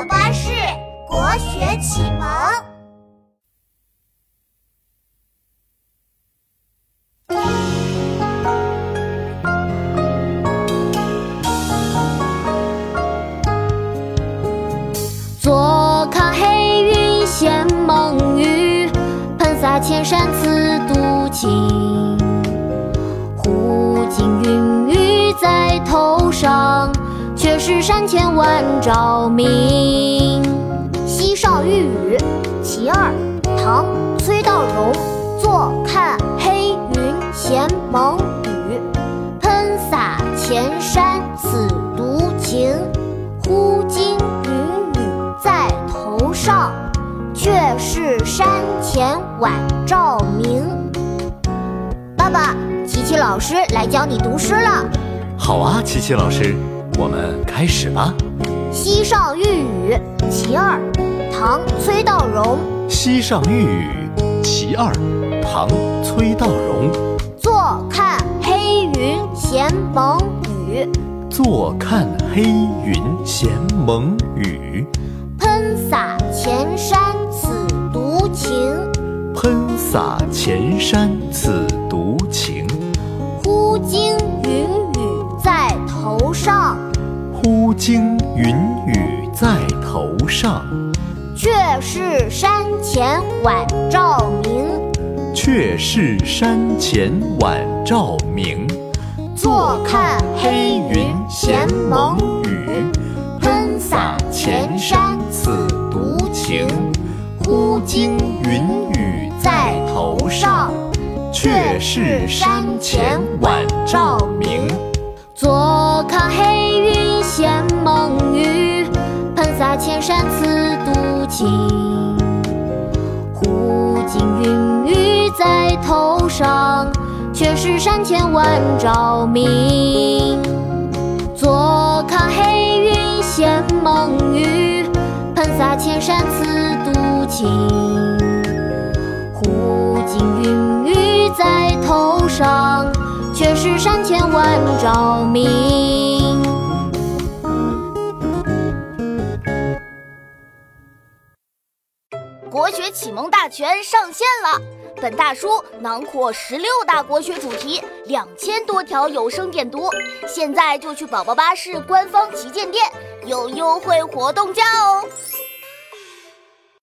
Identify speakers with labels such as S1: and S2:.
S1: 巴士国学启蒙。
S2: 坐看黑云现蒙雨，喷洒千山次独晴。忽见云雨在头上，却是山前晚照明。
S3: 西上欲雨，其二，唐·崔道融。坐看黑云闲蒙雨，喷洒千山次独晴。忽见云雨在头上，却是山前晚照明。爸爸，琪琪老师来教你读诗了。
S4: 好啊，琪琪老师，我们开始吧。
S3: 西上欲雨，其二，唐·崔道融。
S4: 西上欲雨，其二，唐·崔道融。
S3: 坐看黑云闲蒙雨，
S4: 坐看黑云闲蒙雨，
S3: 喷洒千山次独晴。
S4: 喷洒千山次独晴。
S3: 忽见云雨在头上，
S4: 忽见云雨在头上，
S3: 却是山前晚照明。
S4: 却是山前晚照明。
S3: 坐看黑云闲蒙雨，喷洒千山次独晴。
S4: 忽见云雨在头上，却是山前晚照明。
S2: 坐看黑云闲蒙雨，喷洒千山次独晴。忽见云雨在头上，却是山前晚照明。坐看黑云闲蒙雨，喷洒千山次独晴。忽见云雨在头上，却是山前晚照明。
S5: 国学启蒙大全上线了！本大书囊括16大国学主题，2000多条有声点读。现在就去宝宝巴士官方旗舰店，有优惠活动价哦！